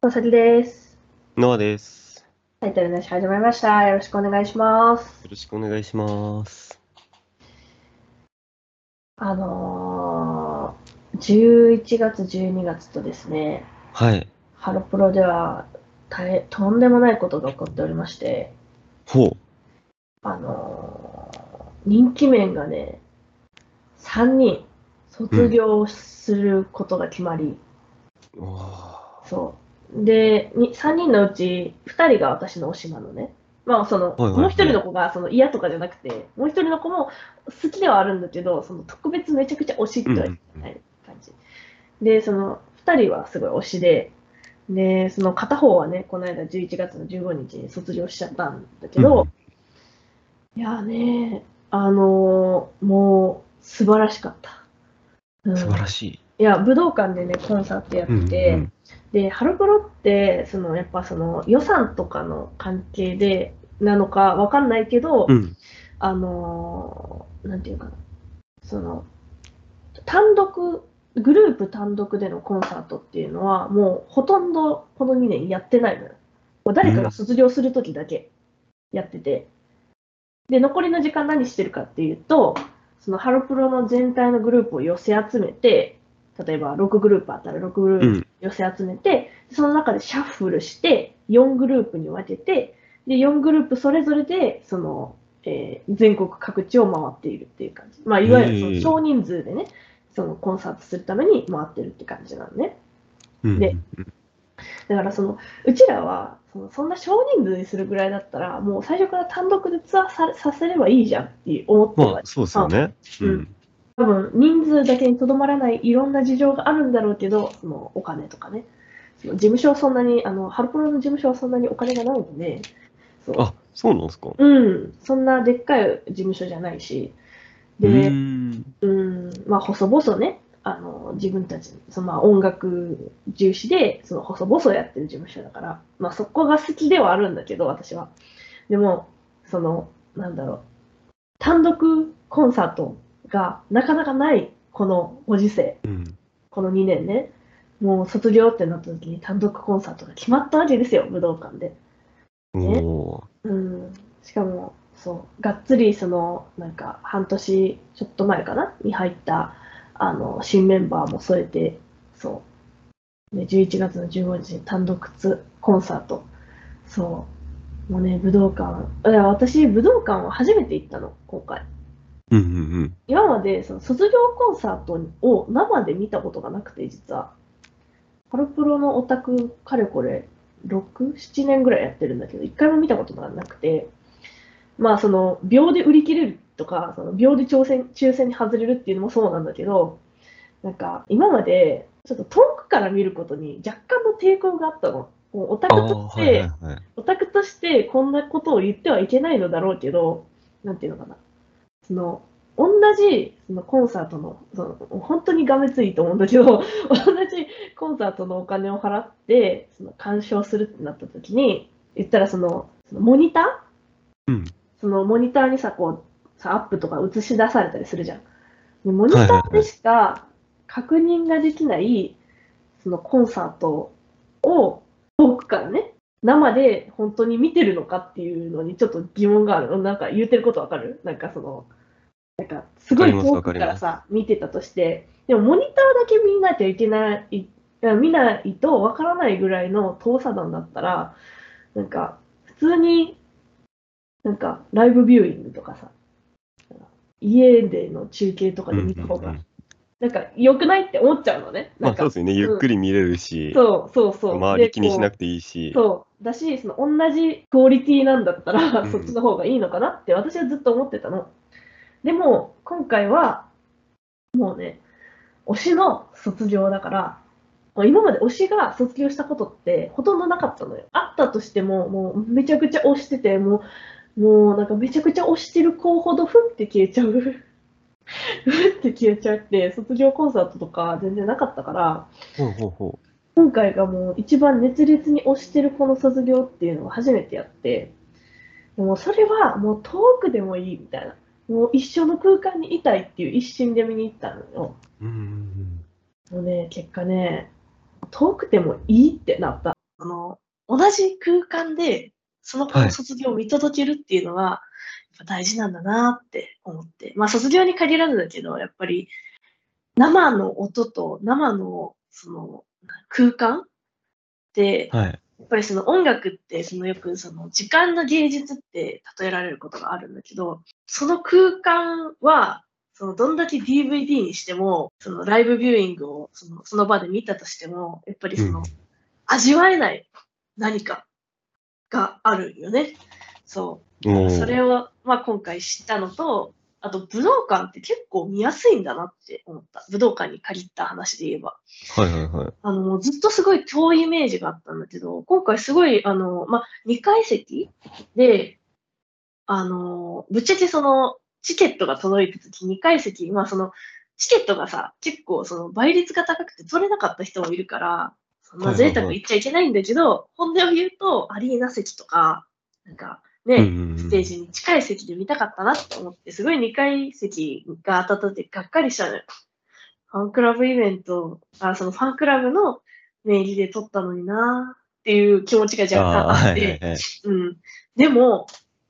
まさきです。 ノアです。 タイトルなし始まりました。よろしくお願いします。 よろしくお願いします。 11月、12月とですね、 はい。 ハロプロではとんでもないことが起こっておりまして、 ほ人気面がね、3人う。う卒ん。 業することが決まり、 おー。 そう。で、3人のうち2人が私の推しなのね。まあ、 はいはもう1人いはい。 の子が嫌とかじゃなくて、もう1人の子も好きではあるんだけど、特別めちゃくちゃ推しっうんうてはんうん。 ない感じ。で、2人はすごい推しで、片方はね、この間11月の15日に卒業しちゃったんだけど、 うんうん。 いやーね、もう素晴らしかった。うん。 素晴らしい。 いや、武道館でね、コンサートやっうんうんうて、 ん。 で、ハロプロって、やっぱ予算とかの関係で、なのかわかんないけど、 うん。 なんていうかな、その、単独、グループ単独でのコンサートっていうのは、もうほとんどこの2年やってないのよ。もう誰かがうん。 卒業するときだけやってて、で、残りの時間何してるかっていうと、そのハロプロの全体のグループを寄せ集めて、例えば6グループあったら6グループうん。 寄せ集めて、その中でシャッフルして4グループに分けて、で、4グループそれぞれで、全国各地を回っているっていう感じ。まあ、いわゆるそのへえ。 少人数でね、そのコンサートするために回ってるって感じなのね。 うんうで、 んうん。 だからうちらはそんな少人数にするぐらいだったら、もう最初から単独でツアーさせればいいじゃんって思ってるわけ。 まあ、そうですよね。ううん。 ん。 多分、人数だけにとどまらないいろんな事情があるんだろうけど、お金とかね。事務所そんなに、ハロプロの事務所はそんなにお金がないので、そあ、そうなんですか。 う。うん。そんなでっかい事務所じゃないし、 うーで、 ん。 まあ、細々ね、自分たち、まあ、音楽重視で、細々やってる事務所だから、まあ、そこが好きではあるんだけど、私は。でも、なんだろう、単独コンサートがなかなかない、このご時世、 うん。 この2年ね、もう卒業ってなった時に単独コンサートが決まったわけですよ、武道館で。ね。 おー。 うん。しかも、そう、がっつりなんか半年ちょっと前かなに入った、新メンバーも添えて、そう、ね、11月の15日に単独コンサート。そう、もうね、武道館。いや、私、武道館は初めて行ったの、今回。 うんうんうん。 今まで、卒業コンサートを生で見たことがなくて、実は。ハロプロのオタク、かれこれ、6、7年ぐらいやってるんだけど、一回も見たことがなくて、まあ、秒で売り切れるとか、秒で抽選に外れるっていうのもそうなんだけど、なんか、今まで、ちょっと遠くから見ることに若干の抵抗があったの。もうああ、はいはいはい。 オタクとしてこんなことを言ってはいけないのだろうけど、なんていうのかな。その、同じ、コンサートの、本当にがめついと思うんだけど、同じコンサートのお金を払って、鑑賞するってなった時に、言ったらモニタうん。 モニターにさ、アップとか映し出されたりするじゃん。で、モニはいターではいはい。 しか確認ができない、コンサートを遠くからね、生で本当に見てるのかっていうのにちょっと疑問がある。なんか言ってることわかる？なんかすわかりますごい遠くわかります。 からさ、見てたとして、でもモニターだけ見なきゃいけない、見ないとわからないぐらいの遠さなんだったら、なんか、普通になんかライブビューイングとかさ、家での中継とかでうんうん見た方が、 うん。 なんか良くないって思っちゃうのね。なんか、 まあそうですよね。ゆっうん。 くり見れるし、 そうそうそう。 周りで、 気にしなくていいし。 だし、同じクオリティなんだったら、そっちうん。 の方がいいのかなって私はずっと思ってたの。でも、今回は、もうね、推しの卒業だから、今まで推しが卒業したことってほとんどなかったのよ。あったとしても、もうめちゃくちゃ推してて、もうなんかめちゃくちゃ推してる子ほどふって消えちゃう。ふって消えちゃって、卒業コンサートとか全然なかったから、 ほうほうほ今回がもう一番熱烈に推してる子の卒業っていうのを初めてやって、でもそれはもう遠くでもいいみたいな。もう一緒の空間にいたいっていう一心で見に行ったのよ。 う。うんうんうん。 もうね、結果ね、遠くてもいいってなった。 同じ空間で、その子の卒業を見届けるっていうのが、やっぱ大事なんだなって思って。まあ、卒業に限らずだけど、やっぱり、生の音と生の、空間で、 はい。 やっぱりその音楽って、よく時間の芸術って例えられることがあるんだけど、その空間は、どんだけ DVD にしても、ライブビューイングをその場で見たとしても、やっぱり味わえない何かがあるよね。そう。だからそれを、まあ今回知ったのと、あと武道館って結構見やすいんだなって思った。武道館に限った話で言えば。 はいはいはい。 もうずっとすごい遠いイメージがあったんだけど、今回すごい、まあ、2階席で、ぶっちゃけチケットが届いた時2階席、まあチケットがさ、結構倍率が高くて取れなかった人もいるから、そんな贅沢言っちゃいけないんだけど、本音を言うと、アリーナ席とか、なんかね、ステージに近い席で見たかったなって思って、すごい2階席が当たってがっかりしたのよ。ファンクラブイベント、そのファンクラブの名義で撮ったのになっていう気持ちが若干あって、うん。でも、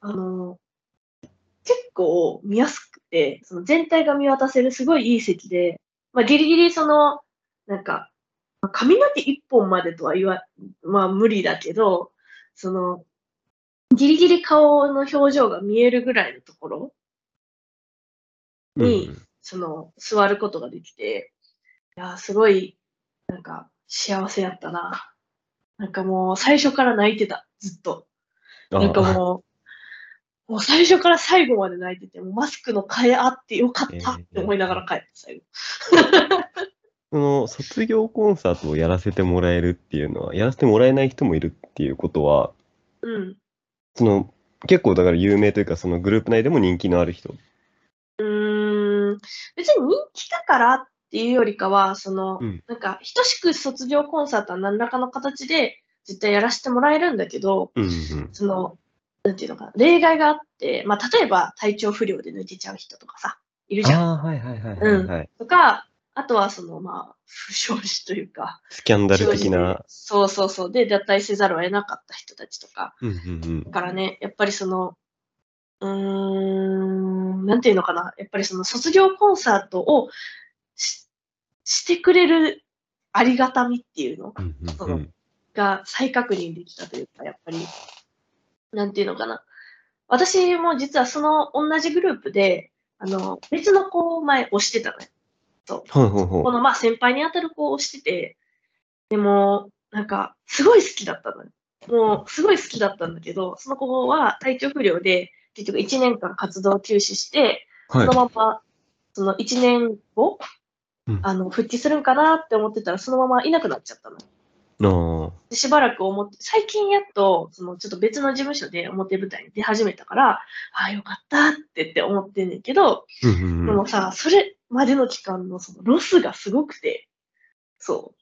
結構見やすくて、全体が見渡せるすごいいい席で、まあ、ギリギリなんか、髪の毛一本までとはまあ無理だけど、ギリギリ顔の表情が見えるぐらいのところに、座ることができて、いや、すごい、なんか、幸せやったな。なんかもう、最初から泣いてた、ずっと。なんかもう最初から最後まで泣いてて、もうマスクの替えあってよかったって思いながら帰って、最後。 その卒業コンサートをやらせてもらえるっていうのは、やらせてもらえない人もいるっていうことは、 うん。 結構だから有名というか、そのグループ内でも人気のある人。 別に人気だからっていうよりかは、 うん。 なんか、等しく卒業コンサートは何らかの形で絶対やらせてもらえるんだけど、 うんうん。 なんていうのかな、例外があって、まあ、例えば体調不良で抜けちゃう人とかさ、いるじゃん。 ああ、はいはいはいはうん。 いはい。 とか、あとはまあ、不祥事というか、 スキャンダル不祥事で、 的な。 そうそうそう、で、脱退せざるを得なかった人たちとか、 うんうんだからね、やっぱりなんていうのかな、やっぱり卒業コンサートをしてくれるありがたみっていうの、 うんうんうん。 が再確認できたというか、やっぱり、なんていうのかな。私も実は同じグループで、別の子を前推してたのよ。そう。 はいはいはい。 まあ先輩に当たる子を推してて、でも、なんか、すごい好きだったのよ。もう、すごい好きだったんだけど、その子は体調不良で、結局1年間活動休止して、そはい。 のまま、1年後、 うん。 復帰するんかなって思ってたら、そのままいなくなっちゃったの。 ああ。 でしばらく最近やっと、ちょっと別の事務所で表舞台に出始めたから、ああ、よかったって思ってんねんけど、 うんうんうん。 でもさ、それまでの期間のロスがすごくて、そう。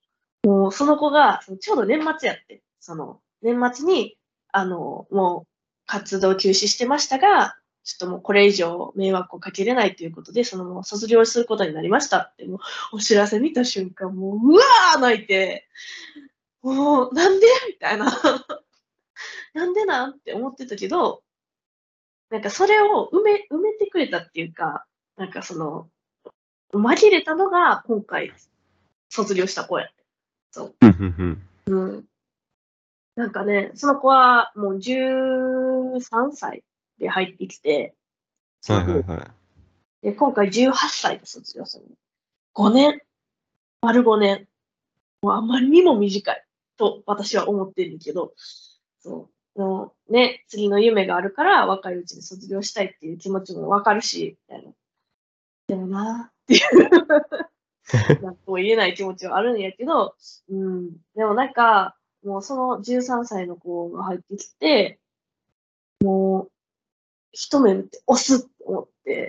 もうその子が、ちょうど年末やって、年末に、もう活動休止してましたが、ちょっともうこれ以上迷惑をかけれないということで、もう卒業することになりましたって、もうお知らせ見た瞬間、もう、うわー泣いて、もう、なんでみたいな。なんでなんって思ってたけど、なんかそれを埋めてくれたっていうか、なんか紛れたのが今回卒業した子やって。そうんうんう。うん。なんかね、その子はもう13歳で入ってきて、 うん。 そのグループ。 はいはいはい。 で、今回18歳で卒業するの。5年、丸5年。もうあまりにも短いと私は思ってるんだけど、そう。もうね、次の夢があるから若いうちに卒業したいっていう気持ちもわかるし、みたいな。でもなーっていう、なんとも言えない気持ちはあるんやけど、うん。でもなんか、もうその13歳の子が入ってきて、一目見て押すって思って、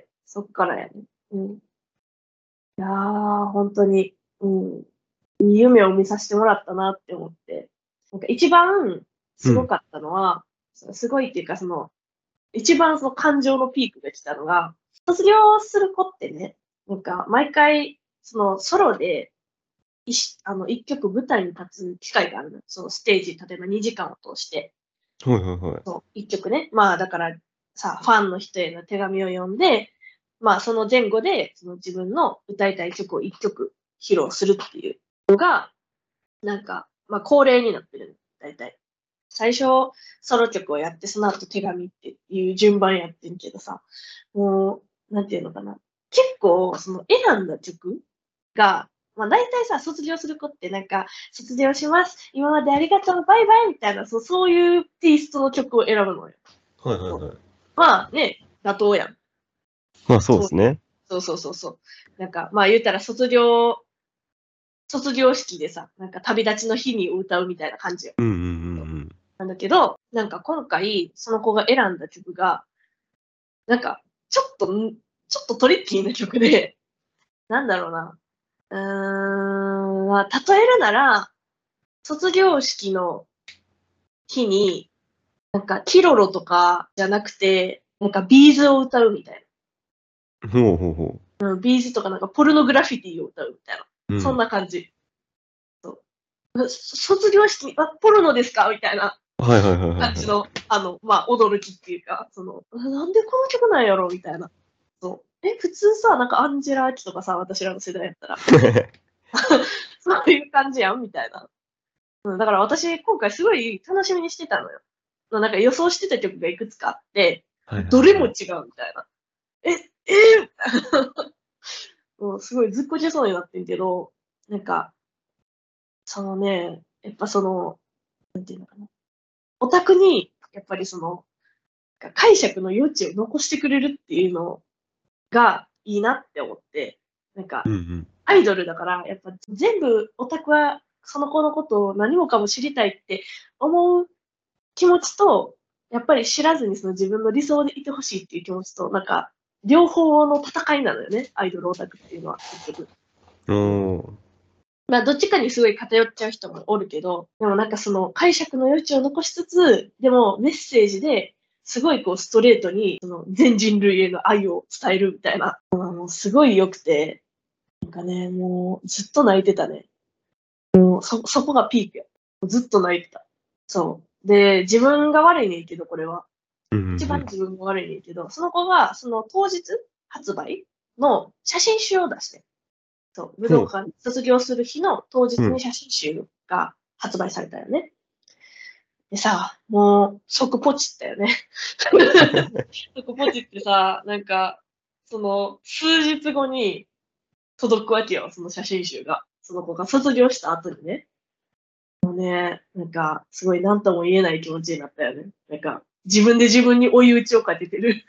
そっからやね。うん。いやー、本当に、うん。いい夢を見させてもらったなって思って。なんか一番うん。 すごかったのは、すごいっていうか一番感情のピークが来たのが、卒業する子ってね、なんか毎回、ソロで一曲舞台に立つ機会があるの。そのステージ、例えば2時間を通して、 はいはいはい。 そう、一曲ね。まあだからさ、ファンの人への手紙を読んで、まあその前後でその自分の歌いたい曲を一曲披露するっていうのが、なんか、まあ恒例になってるの。大体。最初、ソロ曲をやって、その後手紙っていう順番やってんけどさ、もう、なんていうのかな。結構、その選んだ曲が、まあ大体さ、卒業する子ってなんか、卒業します。今までありがとう。バイバイみたいな、そういうテイストの曲を選ぶのよ。 はいはいはい。 まあね、妥当やん。 まあそうですね。 そう。なんか、まあ言ったら卒業式でさ、なんか旅立ちの日に歌うみたいな感じよ。 うんうんうんなんだけど、なんか今回、その子が選んだ曲が、なんか、ちょっとトリッキーな曲で、なんだろうな。まあ、例えるなら、卒業式の日に、なんか、キロロとかじゃなくて、なんか、ビーズを歌うみたいうん。ほうほうほな。うん、ビーズとかなんか、ポルノグラフィティを歌うみたいな。 う。うそんん。 な感じ。卒業式、ポルノですかみたいなはいはいはいはいはい。 感じの、まあ、驚きっていうか、なんでこの曲なんやろみたいな。そう。普通さ、なんかアンジェラ・アキとかさ、私らの世代やったら、そういう感じやんみたいな。うん、だから私、今回すごい楽しみにしてたのよ。なんか予想してた曲がいくつかあって、 はいはいどれもはい。 違うみたいな。みたいな。もうすごいずっこけそうになってんけど、なんか、そのね、やっぱなんていうのかな。オタクに、やっぱり解釈の余地を残してくれるっていうのがいいなって思って、なんか、 うんうん。 アイドルだから、やっぱ全部オタクはその子のことを何もかも知りたいって思う気持ちと、やっぱり知らずにその自分の理想でいてほしいっていう気持ちと、なんか、両方の戦いなのよね、アイドルオタクっていうのは、結局。 おうん、 ー。 まあ、どっちかにすごい偏っちゃう人もおるけど、でもなんかその解釈の余地を残しつつ、でもメッセージですごいこうストレートにその全人類への愛を伝えるみたいな、もうすごい良くて、なんかね、もうずっと泣いてたね。そこがピークや。ずっと泣いてた。そう。で、自分が悪いねんけど、これは。 うんうん一うん。 番自分が悪いねんけど、その子が、その当日発売の写真集を出して、そう、武道ほ館に卒業する日の当日う。うん。 に写真集が発売されたよね。でさ、もう、即ポチったよね。即ポチってさ、なんか、その、数日後に届くわけよ、その写真集が。その子が卒業した後にね。もうね、なんか、すごい何とも言えない気持ちになったよね。なんか、自分で自分に追い打ちをかけてる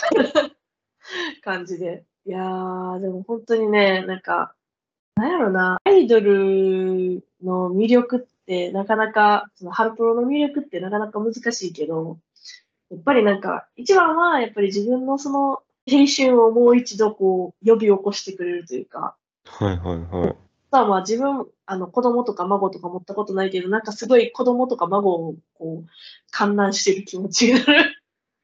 感じで。いやー、でも本当にね、なんか、なんやろな、アイドルの魅力ってなかなか、そのハロプロの魅力ってなかなか難しいけど、やっぱりなんか、一番はやっぱり自分のその青春をもう一度こう、呼び起こしてくれるというか、 はいはいはい。 さあまあ自分、子供とか孫とか持ったことないけど、なんかすごい子供とか孫をこう、観覧してる気持ちになる。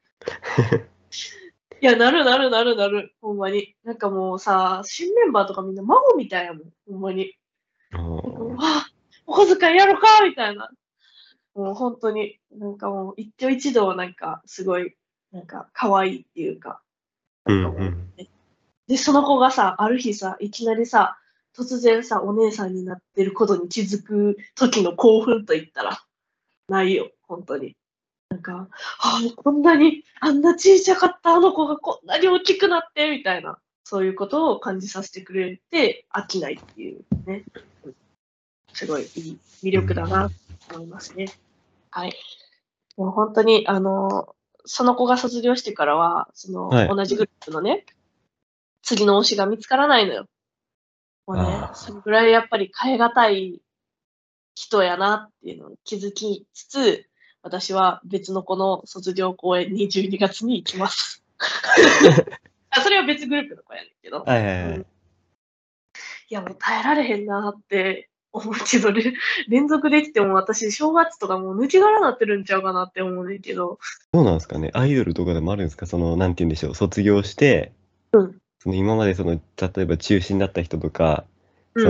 いや、なる。ほんまに。なんかもうさ、新メンバーとかみんな孫みたいやもん。ほんまに。 あなんかもう、 あ。 あ、お小遣いやろかみたいな。もう本当に、なんかもう一挙一動なんかすごい、なんか可愛いっていうか、なうんんかもう、 うん。 で、その子がさ、ある日さ、いきなりさ、突然さ、お姉さんになってることに気づく時の興奮と言ったら、ないよ、本当に。こんなに、あんな小さかったあの子がこんなに大きくなって、みたいな、そういうことを感じさせてくれて、飽きないっていうね、すごいいい魅うんうん。 力だな、と思いますね。はい。もう本当に、その子が卒業してからは、 はい。 同じグループのね、次の推しが見つからないのよ。もうね、 あそれぐらいやっぱり変え難い人やなっていうのに気づきつつ、私は別の子の卒業公演に12月に行きます。それは別グループの子やねんけど。 あ。はいはいうん。いはい。 や、もう耐えられへんなって思うけど、連続できても私、正月とかもう抜け殻なってるんちゃうかなって思うねんけど。 どうなんですかね。アイドルとかでもあるんですか？その、なんて言うんでしょう。卒業して、 うん。 その今までその、例えば中心だった人とか、 うん。 その、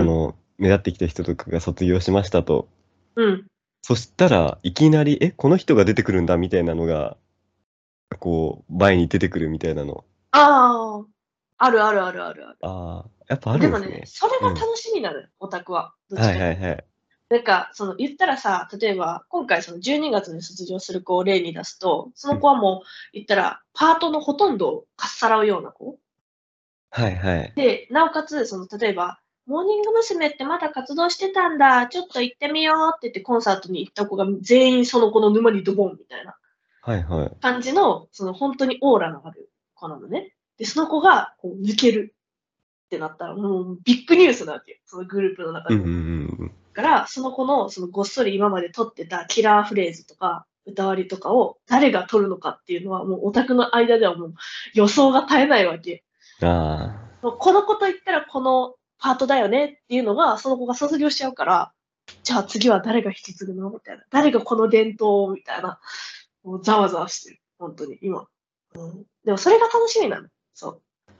目立ってきた人とかが卒業しましたと。 うん。 そしたらいきなりこの人が出てくるんだみたいなのがこう前に出てくるみたいなの。 ああ、あるあるあるあるある。 ああ、やっぱあるでもね、 んですね。 それがうん。 楽しみなのよ、オタクは。どっはちかっていうと。 いはいはい。 なんか、その言ったらさ、例えば、今回その12月に卒業する子を例に出すと、その子はもう言ったら、パートのほとんどをかっさらうような子。 はいはい。 で、なおかつ、その例えば、モーニング娘。ってまだ活動してたんだ、ちょっと行ってみようって言ってコンサートに行った子が全員その子の沼にドボンみたいなはいはい。 感じの、その本当にオーラのある子なのね。で、その子がこう抜けるってなったら、もうビッグニュースなわけよ。そのグループの中でも。 うんうんうん。 から、その子の、そのごっそり今まで撮ってたキラーフレーズとか、歌割りとかを誰が撮るのかっていうのは、もうオタクの間ではもう予想が絶えないわけ。 あこの子と言ったらこのパートだよねっていうのが、その子が卒業しちゃうから、じゃあ次は誰が引き継ぐのみたいな。誰がこの伝統をみたいな。もうざわざわしてる。本当に、今。でもそれが楽しみなの。そう。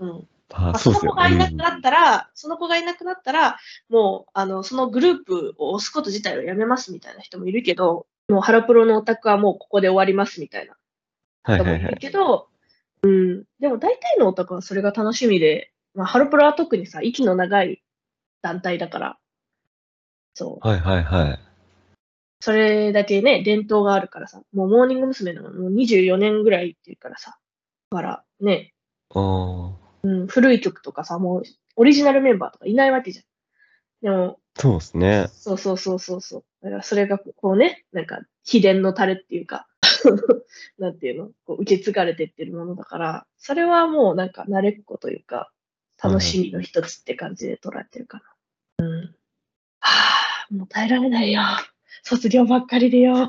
あ、 そのそうですよね。 子がいなくなったら、もう、そのグループを押すこと自体をやめますみたいな人もいるけど、もうハロプロのオタクはもうここで終わりますみたいな人もいるはいはいはい。 けど、でも大体のオタクはそれが楽しみで、ハロプロは特にさ、息の長い団体だから、そう。 はいはいはい。 それだけね、伝統があるからさ、もうモーニング娘。のもう24年ぐらいっていうからさ、だからね、 ああ、 古い曲とかさ、もうオリジナルメンバーとかいないわけじゃん。でも、 そうですね。 そうそうそうそうそう。だからそれがこうね、なんか秘伝のタレっていうか、なんていうの、こう受け継がれてってるものだから、それはもうなんか慣れっこというか、楽しみの一つって感じで捉えてるかな。はぁ、もう耐えられないよ。卒業ばっかりでよ。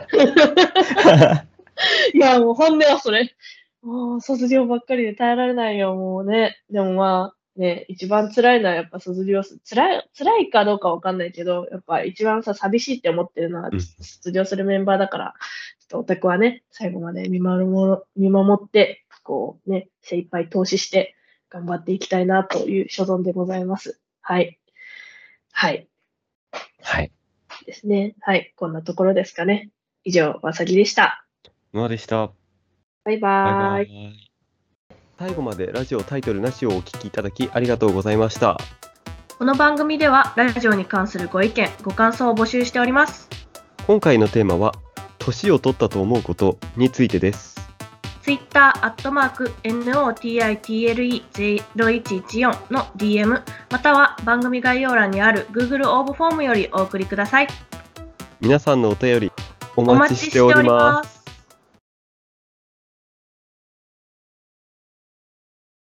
いや、もう本音はそれ。もう卒業ばっかりで耐えられないよ、もうね。でもまあ、ね、一番辛いのはやっぱ卒業す、辛いかどうかわかんないけど、やっぱ一番さ、寂しいって思ってるのは、 うん卒業するメンバーだから、ちょっとオタクはね、最後まで見守って、こうね、精一杯投資して頑張っていきたいなという所存でございます。はい。はい。 はい。 ですね。はい。こんなところですかね。以上、わさぎでした。 沼でした。 バイバイババーイ。 イ。最後までラジオタイトルなしをお聞きいただきありがとうございました。 この番組ではラジオに関するご意見、ご感想を募集しております。 今回のテーマは、年を取ったと思うことについてです。 Twitter @notitle0114 の DM または番組概要欄にある Google 応募フォームよりお送りください。 皆さんのお便りおお待ちしお待ちしてておりま。 りますす。